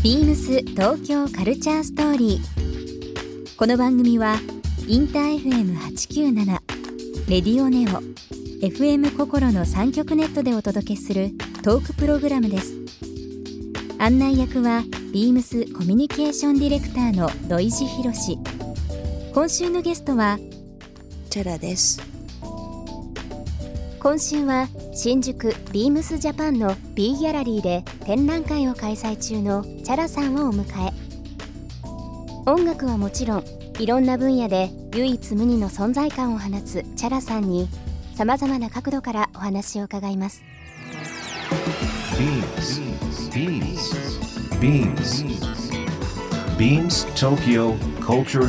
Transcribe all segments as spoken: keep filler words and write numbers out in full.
ビームス東京カルチャーストーリー。この番組はインター エフエムはちきゅうなな、レディオネオ、エフエム 心のさん局ネットでお届けするトークプログラムです。案内役はビームスコミュニケーションディレクターの土井博志。今週のゲストはチャラです。 今週は新宿ビームスジャパンの B ギャラリーで展覧会を開催中のチャラさんをお迎え、音楽はもちろんいろんな分野で唯一無二の存在感を放つチャラさんにさまざまな角度からお話を伺います。 ビームス ビームス ビームス ビームス Tokyo Culture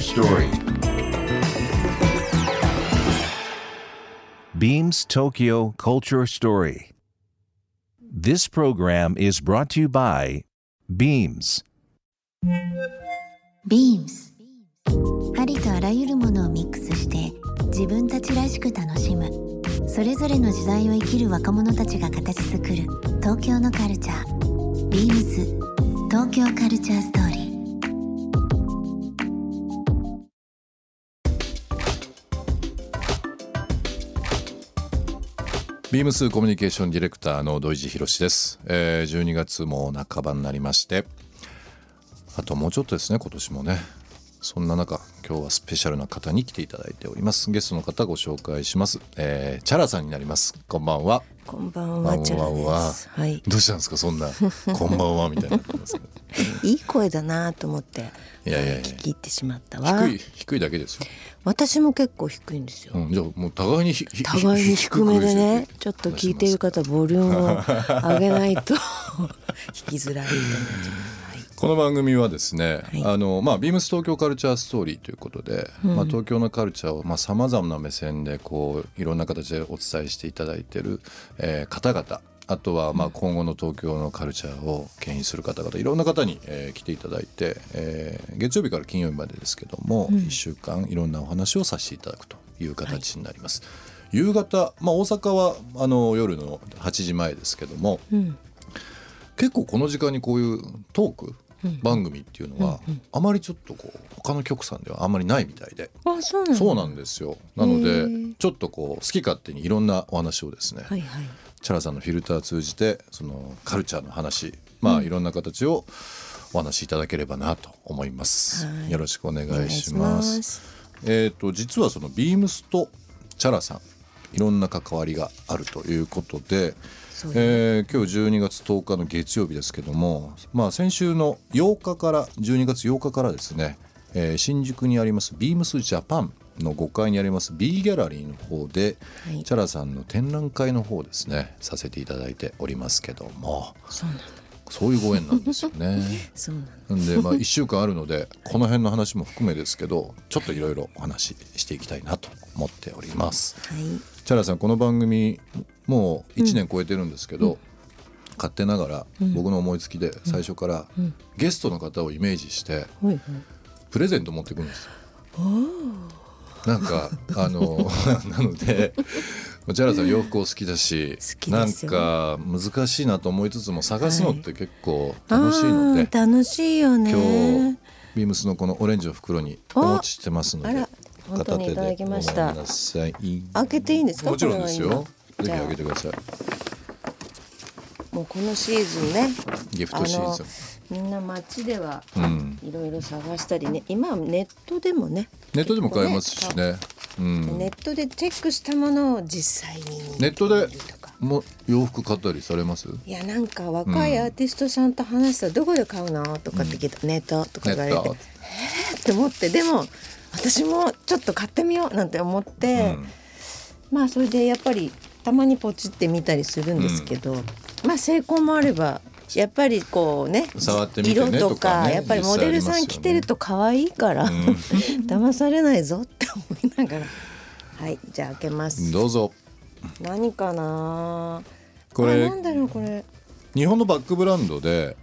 Story。Beams Tokyo Culture Story. This program is brought to you by Beams. Beams ありとあらゆるものをミックスして自分たちらしく楽しむ、それぞれの時代を生きる若者たちが形作る東京のカルチャー。 Beams 東京カルチャーストーリー。 ビームスコミュニケーションディレクターの土井博志です。えー、じゅうにがつも半ばになりまして、あともうちょっとですね、今年もね。そんな中、今日はスペシャルな方に来ていただいております。ゲストの方ご紹介します。えー、チャラさんになります。こんばんは。 こんばんは、チャラです。はい、 どうしたんですか、そんなこんばんはみたいないい声だなと思って、 いやいやいや、 聞き入ってしまったわ。 低い低いだけですよ。 私も結構低いんですよ、 うん、じゃあもう互いに互いに低めでね、ちょっと聞いている方ボリュームを上げないと聞きづらいみたいな。 この番組はですね、 はい、 あのまあ、ビームス東京カルチャーストーリーということで、うん、まあ、東京のカルチャーをさまざ、まな目線でこういろんな形でお伝えしていただいている、えー、方々、あとはまあ今後の東京のカルチャーを牽引する方々、いろんな方に、えー、来ていただいて、えー、月曜日から金曜日までですけども、うん、いっしゅうかんいろんなお話をさせていただくという形になります。はい、夕方、まあ、大阪はあの夜のはちじまえですけども、うん、結構この時間にこういうトーク番組っていうのはあまりちょっとこう他の局さんではあんまりないみたいで。 あ、そうなんだ。 そうなんですよ。なのでちょっとこう好き勝手にいろんなお話をですね、はいはい、チャラさんのフィルターを通じてそのカルチャーの話、まあ、いろんな形をお話しいただければなと思います。はい、よろしくお願いします。お願いします。えーと、実はそのビームスとチャラさんいろんな関わりがあるということで、えー、今日じゅうにがつとおかの月曜日ですけども、まあ、先週のようかからじゅうにがつようかからですね、えー、新宿にありますビームスジャパンのごかいにあります B ギャラリーの方で、はい、チャラさんの展覧会の方ですねさせていただいておりますけども、 そうなんだ、 そういうご縁なんですよね。 そうなんで、まあ、いっしゅうかんあるのでこの辺の話も含めですけど、ちょっといろいろお話ししていきたいなと思っております。はい、チャラさん、この番組もういちねん超えてるんですけど、うん、勝手ながら僕の思いつきで最初からゲストの方をイメージしてプレゼント持ってくるんですよ。なんかあのなのでチャラさん洋服お好きだし、なんか難しいなと思いつつも探すのって結構楽しいので、 はい、楽しいよね。 今日ビームスのこのオレンジの袋にお持ちしてますので、 本当にいただきました。 ごめんなさい。 開けていいんですか？ もちろんですよ。ぜひ開けてください。 もうこのシーズンね、 ギフトシーズン、みんな街ではいろいろ探したりね、今はネットでもね、 ネットでも買えますしね、 うん、ネットでチェックしたものを実際にネットでも洋服買ったりされます？ いや、なんか若いアーティストさんと話したら、どこで買うのとかって聞いた、うん、ネットとか言われて、えーって思って、でも私もちょっと買ってみようなんて思って、うん、まあそれでやっぱりたまにポチってみたりするんですけど、うん、まあ成功もあればやっぱりこうね、 触ってみてね色とか、 ね、 やっぱりモデルさん着てると可愛いから、うん、騙されないぞって思いながら、はい、じゃあ開けます。 どうぞ。 何かなこれ。 なんだろうこれ。 日本のバッグブランドで、 あ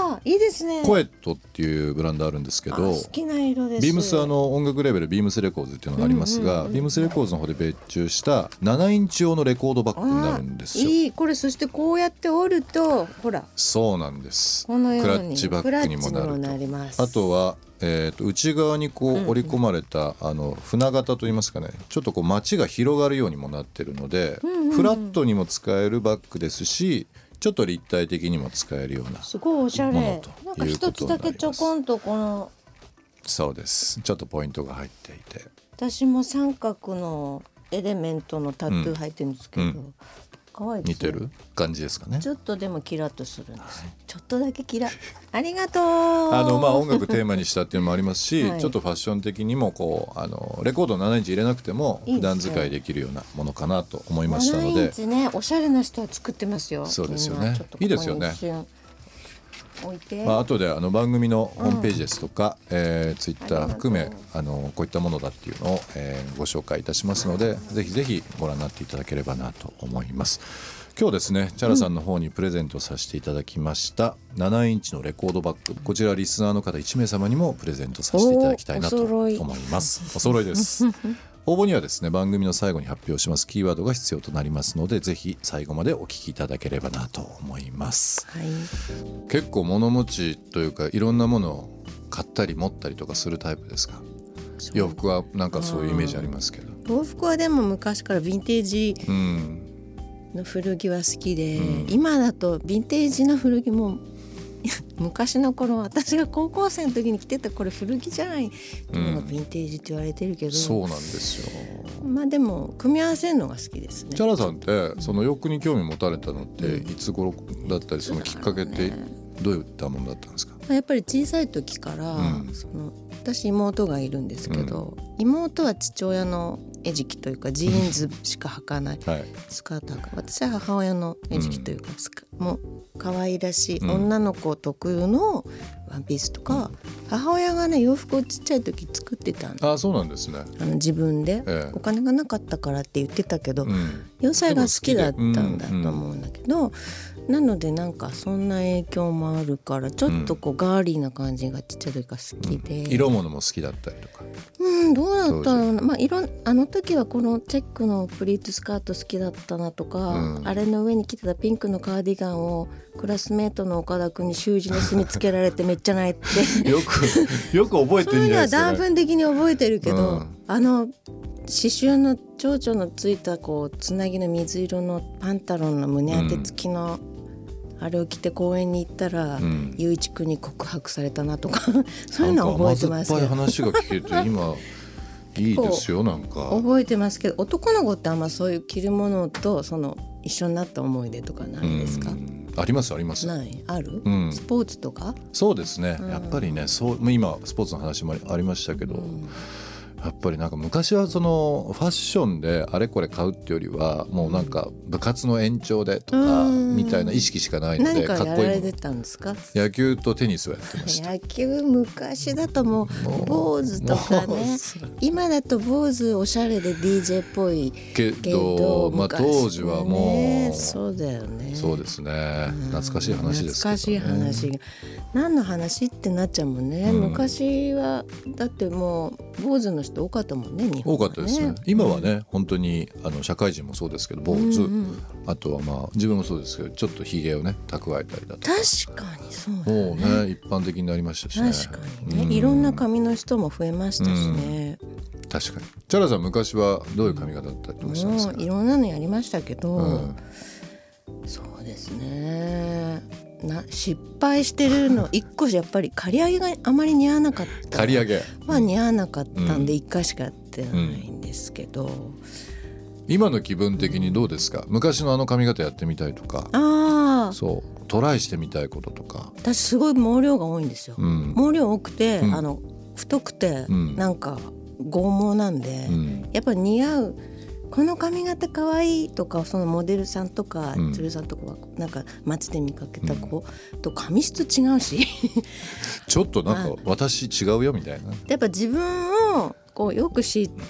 あいいですね。 コエットっていうブランドあるんですけど、 好きな色です。 ビームスあの音楽レベルビームスレコーズっていうのがありますが、うんうんうん、ビームスレコーズの方で別注したななインチ用のレコードバッグになるんですよ。 いいこれ。そしてこうやって折るとほらそうなんです。 このようにクラッチバッグにもなると。 なります。 あとはえー、と内側にこう織り込まれた、うんうん、あの船型といいますかね、ちょっとこう街が広がるようにもなってるので、うんうんうん、フラットにも使えるバッグですし、ちょっと立体的にも使えるようなすごいおしゃれ。なんか一つだけちょこんとこのそうですちょっとポイントが入っていて、 私も三角のエレメントのタトゥー入ってるんですけど、うんうん可愛いですね、 似てる感じですかね。 ちょっとでもキラッとするんです、はい、ちょっとだけキラありがとう。 あの、まあ、音楽テーマにしたっていうのもありますし、はい、ちょっとファッション的にもこうあのレコードななインチ入れなくても普段使いできるようなものかなと思いましたので。ななインチね、おしゃれな人は作ってますよ。 そうですよね。いいですよね。 置いて、 まあ後であの番組のホームページですとか、うんえー、ツイッター含めあのこういったものだっていうのを、えー、ご紹介いたしますので、ぜひぜひご覧になっていただければなと思います。今日ですね、チャラさんの方にプレゼントさせていただきました、うん、ななインチのレコードバッグ、こちらリスナーの方いち名様にもプレゼントさせていただきたいなと思います。お揃いです応募にはですね、番組の最後に発表しますキーワードが必要となりますので、ぜひ最後までお聞きいただければなと思います、はい、結構物持ちというかいろんなものを買ったり持ったりとかするタイプですか？洋服はなんかそういうイメージありますけど。 洋服はでも昔からヴィンテージの古着は好きで、うん、今だとヴィンテージの古着も昔の頃私が高校生の時に着てたこれ古着じゃないっていうのがヴィンテージって言われてるけど、うん、 そうなんですよ。 まあでも組み合わせるのが好きですね。 チャラさんってその洋服に興味持たれたのっていつ頃だったり、そのきっかけってどういったものだったんですか？ やっぱり小さい時から、うん、その私妹がいるんですけど、うん、妹は父親の餌食というかジーンズしか履かない、はい、スカート履か私は母親の餌食というか、うん、もう可愛らしい女の子特有のワンピースとか、うん、母親がね洋服をちっちゃい時作ってたんで。 あ、そうなんですね。 あの自分で、ええ、お金がなかったからって言ってたけど、うん、洋裁が好きだったんだと思うんだけど、なのでなんかそんな影響もあるからちょっとこうガーリーな感じがちっちゃい時から好きで、 うん、色物も好きだったりとか。 うん、どうだったろうな、まあ、色あの時はこのチェックのプリーツスカート好きだったなとか、うん、あれの上に着てたピンクのカーディガンをクラスメートの岡田君に習字の墨つけられてめっちゃ泣いてよくよく覚えてるんじゃないですか、ね、そういうのは断片的に覚えてるけど、うん、あの刺繍の蝶々のついたこうつなぎの水色のパンタロンの胸当て付きの、うん、あれを着て公園に行ったら、うん、雄一君に告白されたなとかそういうのは覚えてますけど。 なんか甘酸っぱい話が聞けて今いいですよ。なんか覚えてますけど、男の子ってあんまそういう着るものとその一緒になった思い出とかないですか？ ありますあります。 ないある、うん、スポーツとか。 そうですね、うん、やっぱりね、そう今スポーツの話もありましたけど、うん、やっぱりなんか昔はそのファッションであれこれ買うってよりはもうなんか部活の延長でとかみたいな意識しかないので、 何かやられてたんですか？ 野球とテニスをやってました。 野球昔だともう坊主とかね、今だと坊主おしゃれで ディージェー っぽいけど、まあ、当時はもうそうだよね。 そうですね、懐かしい話ですけどね。 懐かしい話、何の話ってなっちゃうもんね、うん、昔はだってもう坊主の人多かったもんね、日本はね。 多かったですね。今はね、本当にあの社会人もそうですけど坊主、うんうん、あとはまあ自分もそうですけどちょっとひげをね蓄えたりだとか。 確かにそうだね。 もうね一般的になりましたしね。 確かにね、うん、いろんな髪の人も増えましたしね、 うん、確かに。チャラさん昔はどういう髪型だったりしたんですか？ いろんなのやりましたけど、うん、そうですね、な失敗してるの一個じゃやっぱり刈り上げがあまり似合わなかった。 刈り上げまあ似合わなかったんで一回しかやってないんですけど、うんうん、 今の気分的にどうですか？昔のあの髪型やってみたいとか、 あそうトライしてみたいこととか。 私すごい毛量が多いんですよ、うん、毛量多くて、うん、あの太くて、うん、なんか剛毛なんで、うん、やっぱり似合うこの髪型かわいいとか、そのモデルさんとか、うん、鶴さんとかはなんか街で見かけた子と髪質違うしちょっとなんか私違うよみたいな。 やっぱ自分をこうよく知って、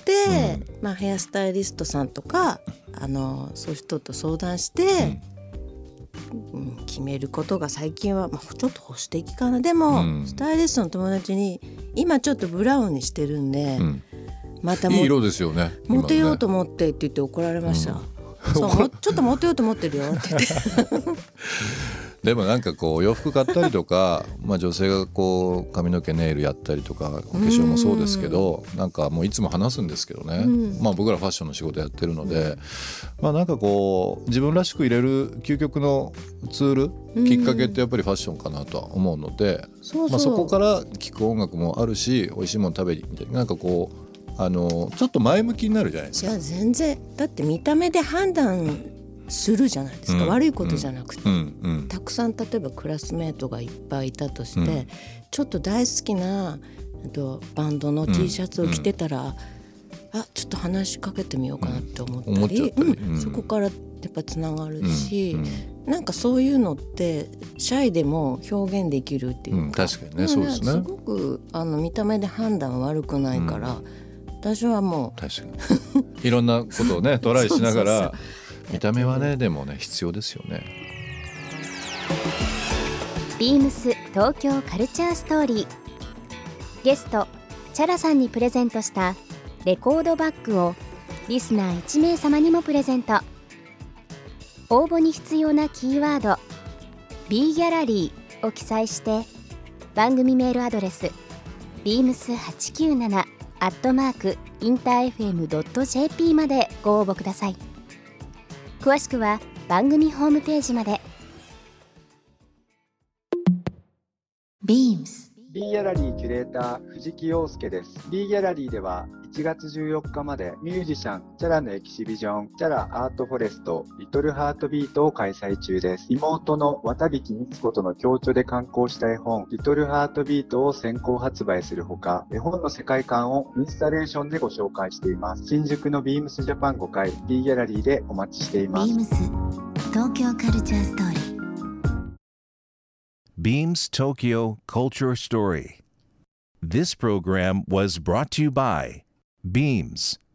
うん、まあ、ヘアスタイリストさんとかあのそういう人と相談して、 うん、決めることが最近は、まあ、ちょっと保守的かな。でも、うん、スタイリストの友達に今ちょっとブラウンにしてるんで、うん、またもいい色ですよね。 モテようと思ってって言って怒られました、うん、そうもちょっとモテようと思ってるよって言ってでもなんかこう洋服買ったりとかまあ女性がこう髪の毛ネイルやったりとかお化粧もそうですけど、なんかもういつも話すんですけどね、まあ僕らファッションの仕事やってるので、まあなんかこう自分らしく入れる究極のツールきっかけってやっぱりファッションかなとは思うので、まあそこから聴く音楽もあるし美味しいもの食べにみたいな、なんかこうあのちょっと前向きになるじゃないですか。 いや全然だって見た目で判断するじゃないですか、うん、悪いことじゃなくて、うんうん、たくさん例えばクラスメートがいっぱいいたとして、うん、ちょっと大好きなとバンドの T シャツを着てたら、うん、あちょっと話しかけてみようかなって思ったり、うんうん、そこからやっぱつながるし、うんうん、なんかそういうのってシャイでも表現できるっていうか、 うん、確かにね、そうですね。 すごくあの見た目で判断は悪くないから、うん、私はもう確かにいろんなことをねトライしながらそうそうそう見た目はねでもね必要ですよね。 ビームス東京カルチャーストーリー、ゲストチャラさんにプレゼントしたレコードバッグをリスナーいち名様にもプレゼント。応募に必要なキーワード B ギャラリーを記載して番組メールアドレス ビームスはちきゅうなな アットマーク インターエフエム ドット ジェーピー までご応募ください。詳しくは番組ホームページまで。 ビームス B ギャラリーキュレーター藤木陽介です。 B ギャラリーではいちがつじゅうよっかまでミュージシャンチャラのエキシビジョンチャラアートフォレストリトルハートビートを開催中です。妹の綿引光子との共著で刊行した絵本リトルハートビートを先行発売するほか、絵本の世界観をインスタレーションでご紹介しています。新宿のビームスジャパンごかい B ギャラリーでお待ちしています。 ビームス東京カルチャーストーリー、 Beams Tokyo Culture Story. This program was brought to you by Beams.